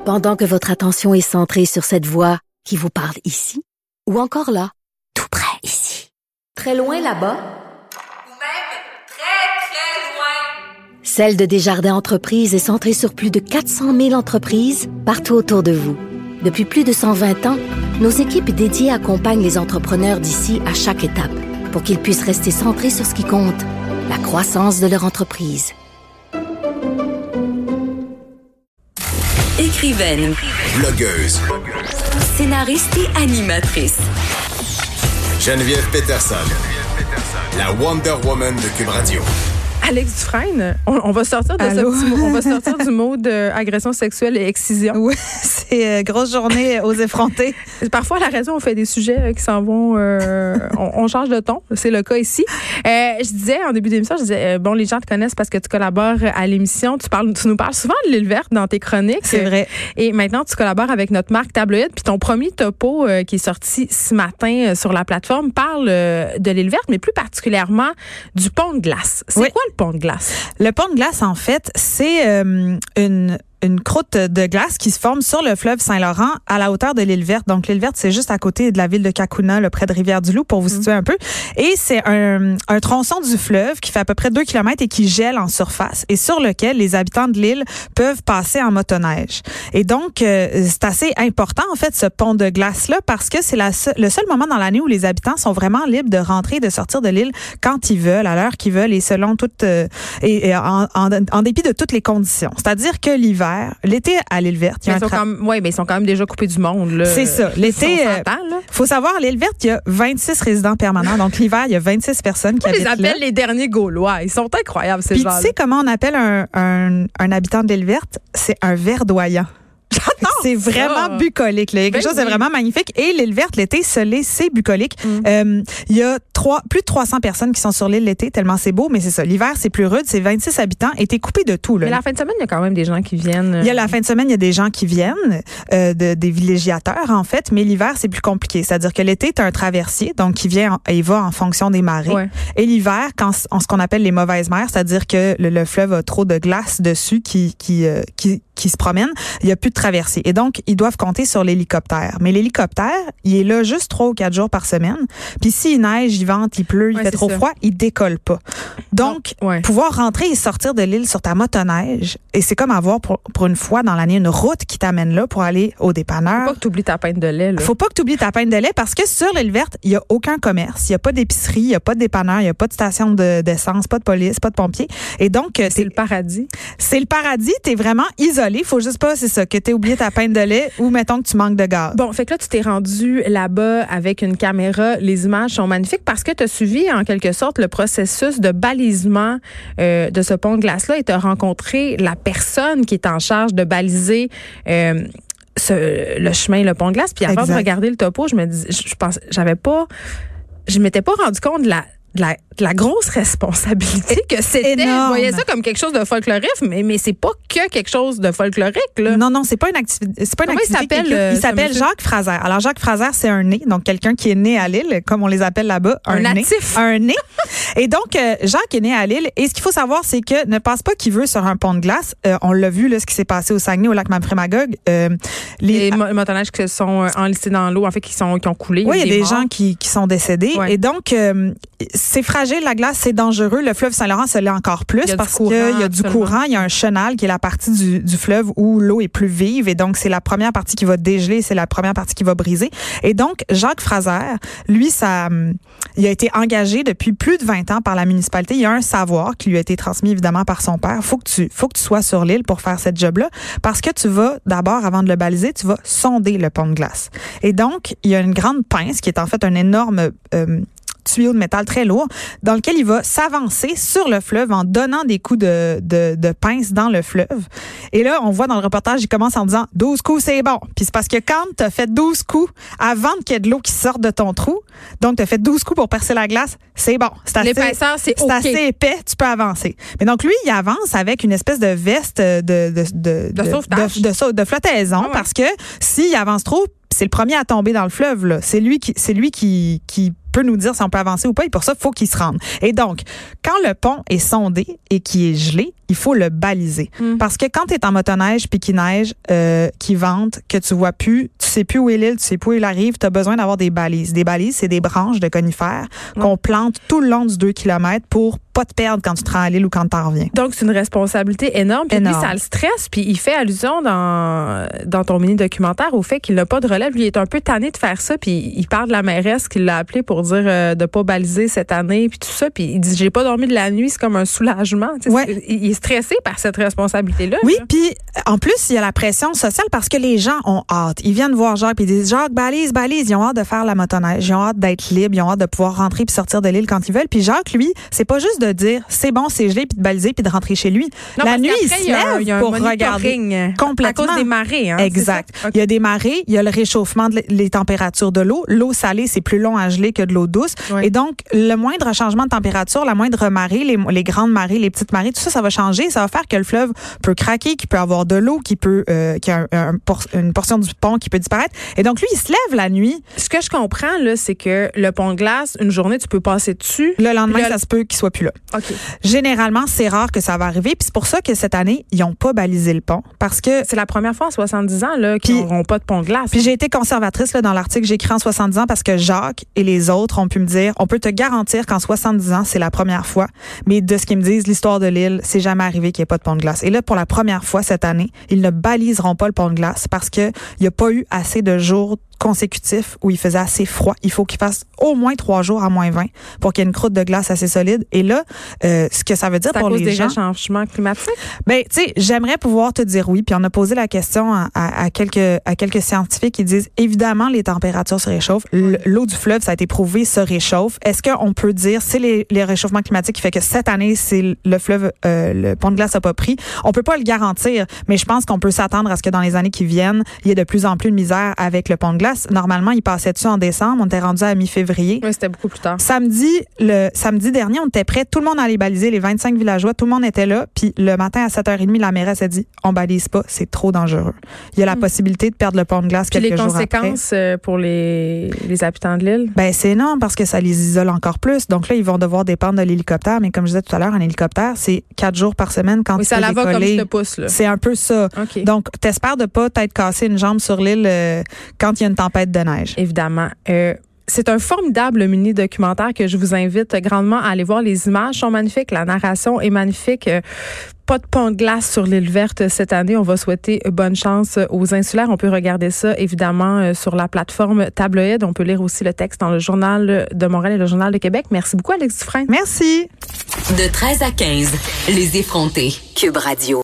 Pendant que votre attention est centrée sur cette voix qui vous parle ici, ou encore là, tout près ici, très loin là-bas, ou même très, très loin. Celle de Desjardins Entreprises est centrée sur plus de 400 000 entreprises partout autour de vous. Depuis plus de 120 ans, nos équipes dédiées accompagnent les entrepreneurs d'ici à chaque étape pour qu'ils puissent rester centrés sur ce qui compte, la croissance de leur entreprise. Écrivaine, blogueuse, scénariste et animatrice. Geneviève Peterson, la Wonder Woman de Cube Radio. Alex Dufresne, on va sortir de on va sortir du mode agression sexuelle et excision. Oui, c'est grosse journée aux effrontés. Parfois, à la raison, on fait des sujets qui s'en vont, on change de ton. C'est le cas ici. Je disais, en début d'émission, bon, les gens te connaissent parce que tu collabores à l'émission. Tu nous parles souvent de l'île verte dans tes chroniques. C'est vrai. Et maintenant, tu collabores avec notre marque Tabloïd. Puis ton premier topo qui est sorti ce matin sur la plateforme parle de l'île verte, mais plus particulièrement du pont de glace. C'est quoi le pont de glace? Le pont de glace, en fait, c'est une croûte de glace qui se forme sur le fleuve Saint-Laurent à la hauteur de l'île verte. Donc, l'île verte, c'est juste à côté de la ville de Cacouna, là, près de Rivière-du-Loup, pour vous situer un peu. Et c'est un tronçon du fleuve qui fait à peu près 2 km et qui gèle en surface et sur lequel les habitants de l'île peuvent passer en motoneige. Et donc, c'est assez important, en fait, ce pont de glace-là, parce que c'est le seul moment dans l'année où les habitants sont vraiment libres de rentrer et de sortir de l'île quand ils veulent, à l'heure qu'ils veulent et selon toutes, en dépit de toutes les conditions. C'est-à-dire que l'été à l'île verte, mais ils sont quand même déjà coupés du monde. Là. C'est ça. L'été, faut savoir, à l'île verte, il y a 26 résidents permanents. Donc, l'hiver, il y a 26 personnes qui habitent là. Ils les appellent les derniers Gaulois. Ils sont incroyables, ces gens-là. Puis, tu sais comment on appelle un habitant de l'île verte? C'est un verdoyant. C'est vraiment bucolique. Là. Il y a quelque chose de vraiment magnifique. Et l'île verte, l'été, c'est bucolique. Il y a plus de 300 personnes qui sont sur l'île l'été, tellement c'est beau, mais c'est ça. L'hiver, c'est plus rude. C'est 26 habitants et t'es coupé de tout. Là. Mais la fin de semaine, il y a quand même des gens qui viennent. Il y a la fin de semaine, il y a des gens qui viennent, des villégiateurs, en fait. Mais l'hiver, c'est plus compliqué. C'est-à-dire que l'été, t'as un traversier, donc qui vient et va en fonction des marées. Ouais. Et l'hiver, quand ce qu'on appelle les mauvaises mers, c'est-à-dire que le fleuve a trop de glace dessus qui se promènent, il n'y a plus de traversier. Et donc, ils doivent compter sur l'hélicoptère. Mais l'hélicoptère, il est là juste 3 ou 4 jours par semaine. Puis s'il neige, il vente, il pleut, il fait trop froid, il décolle pas. Donc, pouvoir rentrer et sortir de l'île sur ta motoneige, et c'est comme avoir pour une fois dans l'année une route qui t'amène là pour aller au dépanneur. Faut pas que tu oublies ta pinte de lait. Là. Faut pas que tu oublies ta pinte de lait parce que sur l'île verte, il y a aucun commerce, il y a pas d'épicerie, il y a pas de dépanneur, il y a pas de station d'essence, pas de police, pas de pompiers. Et donc, c'est le paradis. C'est le paradis, t'es vraiment isolé. Faut juste pas, c'est ça, que t'aies oublié ta pinte de lait ou mettons que tu manques de gaz. Bon, fait que là, tu t'es rendu là-bas avec une caméra. Les images sont magnifiques parce que tu as suivi en quelque sorte le processus de balisement de ce pont de glace-là et tu as rencontré la personne qui est en charge de baliser le chemin, le pont de glace. Puis avant de regarder le topo, je m'étais pas rendu compte de la grosse responsabilité que c'était. Énorme. Je voyais ça comme quelque chose de folklorique, mais c'est pas que quelque chose de folklorique, là. Non, c'est pas une activité. C'est pas une activité. Il s'appelle Jacques Fraser. Alors, Jacques Fraser, c'est un nez. Donc, quelqu'un qui est né à l'île, comme on les appelle là-bas. Un natif. Un nez. Et donc, Jacques est né à l'île. Et ce qu'il faut savoir, c'est que ne passe pas qui veut sur un pont de glace. On l'a vu, là, ce qui s'est passé au Saguenay, au lac Memphremagog. Les motoneiges qui sont enlistés dans l'eau, en fait, qui ont coulé. Oui, il y a des gens qui sont décédés. Ouais. Et donc, c'est fragile, la glace, c'est dangereux. Le fleuve Saint-Laurent, ça l'est encore plus parce qu'il y a du courant. Il y a un chenal qui est la partie du fleuve où l'eau est plus vive. Et donc, c'est la première partie qui va dégeler, c'est la première partie qui va briser. Et donc, Jacques Fraser, lui, il a été engagé depuis plus de 20 ans par la municipalité. Il y a un savoir qui lui a été transmis, évidemment, par son père. Faut que tu sois sur l'île pour faire cette job-là parce que tu vas, d'abord, avant de le baliser, tu vas sonder le pont de glace. Et donc, il y a une grande pince qui est en fait un énorme tuyau de métal très lourd dans lequel il va s'avancer sur le fleuve en donnant des coups de pince dans le fleuve. Et là, on voit dans le reportage, il commence en disant 12 coups, c'est bon. Puis c'est parce que quand tu as fait 12 coups avant qu'il y ait de l'eau qui sorte de ton trou, donc tu as fait 12 coups pour percer la glace, c'est bon. L'épaisseur, c'est assez épais, tu peux avancer. Mais donc lui, il avance avec une espèce de veste de flottaison parce que s'il avance trop, c'est le premier à tomber dans le fleuve, là. C'est lui qui peut nous dire si on peut avancer ou pas. Et pour ça, il faut qu'il se rende. Et donc, quand le pont est sondé et qu'il est gelé, il faut le baliser. Parce que quand tu es en motoneige puis qu'il neige, qu'il vente, que tu vois plus, tu sais plus où est l'île, tu sais plus où il arrive, tu as besoin d'avoir des balises. Des balises, c'est des branches de conifères qu'on plante tout le long du 2 km pour pas te perdre quand tu te rends à l'île ou quand tu en reviens. Donc, c'est une responsabilité énorme. Puis lui, ça le stresse. Puis il fait allusion dans ton mini-documentaire au fait qu'il n'a pas de relève. Lui, il est un peu tanné de faire ça. Puis il parle de la mairesse qui l'a appelé pour dire de pas baliser cette année. Puis tout ça. Puis il dit, j'ai pas dormi de la nuit. C'est comme un soulagement. Ouais. Il est stressé par cette responsabilité-là. Oui, puis en plus, il y a la pression sociale parce que les gens ont hâte. Ils viennent voir Jacques puis ils disent, Jacques, balise. Ils ont hâte de faire la motoneige. Ils ont hâte d'être libres. Ils ont hâte de pouvoir rentrer puis sortir de l'île quand ils veulent. Puis Jacques, lui, c'est pas juste de dire c'est bon, c'est gelé, puis de baliser, puis de rentrer chez lui. Non, la nuit, il se lève pour regarder complètement. À cause des marées. Hein, exact. Okay. Il y a des marées, il y a le réchauffement des températures de l'eau. L'eau salée, c'est plus long à geler que de l'eau douce. Oui. Et donc, le moindre changement de température, la moindre marée, les grandes marées, les petites marées, tout ça, ça va changer. Ça va faire que le fleuve peut craquer, qu'il peut avoir de l'eau, qu'il y a une portion du pont qui peut disparaître. Et donc, lui, il se lève la nuit. Ce que je comprends, là, c'est que le pont de glace, une journée, tu peux passer dessus. Le lendemain, ça se peut qu'il soit plus là. OK. Généralement, c'est rare que ça va arriver. Puis c'est pour ça que cette année, ils n'ont pas balisé le pont. Parce que c'est la première fois en 70 ans là, qu'ils n'auront pas de pont de glace. Puis j'ai été conservatrice là, dans l'article que j'ai écrit en 70 ans parce que Jacques et les autres ont pu me dire, on peut te garantir qu'en 70 ans, c'est la première fois. Mais de ce qu'ils me disent, l'histoire de l'île, c'est jamais arrivé qu'il n'y ait pas de pont de glace. Et là, pour la première fois cette année, ils ne baliseront pas le pont de glace parce qu'il n'y a pas eu assez de jours consécutifs où il faisait assez froid. Il faut qu'il fasse au moins 3 jours à -20 pour qu'il y ait une croûte de glace assez solide. Et là, ce que ça veut dire pour les gens... C'est à cause des changements climatiques? Ben, tu sais, j'aimerais pouvoir te dire oui. Puis on a posé la question à quelques scientifiques qui disent, évidemment, les températures se réchauffent. L'eau du fleuve, ça a été prouvé, se réchauffe. Est-ce qu'on peut dire, c'est les réchauffements climatiques qui fait que cette année, c'est le fleuve, le pont de glace n'a pas pris? On peut pas le garantir, mais je pense qu'on peut s'attendre à ce que dans les années qui viennent, il y ait de plus en plus de misère avec le pont de glace. Normalement, il passait dessus en décembre. On était rendu à mi-février. Oui, c'était beaucoup plus tard. Le samedi dernier, on était prêts. Tout le monde allait baliser, les 25 villageois. Tout le monde était là. Puis le matin à 7h30, la mairesse a dit, on balise pas, c'est trop dangereux. Il y a la possibilité de perdre le pont de glace quelques jours après. Les conséquences pour les habitants de l'île? Ben, c'est énorme parce que ça les isole encore plus. Donc là, ils vont devoir dépendre de l'hélicoptère. Mais comme je disais tout à l'heure, un hélicoptère, c'est 4 jours par semaine quand ça la va comme je te pousse, là. C'est un peu ça. Okay. Donc, t'espères de pas t'être cassé une jambe sur l'île quand il y a une tempête de neige. Évidemment. C'est un formidable mini-documentaire que je vous invite grandement à aller voir. Les images sont magnifiques, la narration est magnifique. Pas de pont de glace sur l'île verte cette année. On va souhaiter bonne chance aux insulaires. On peut regarder ça, évidemment, sur la plateforme Tabloïd. On peut lire aussi le texte dans le Journal de Montréal et le Journal de Québec. Merci beaucoup, Alex Dufresne. Merci. De 13 à 15, les effrontés. Cube Radio.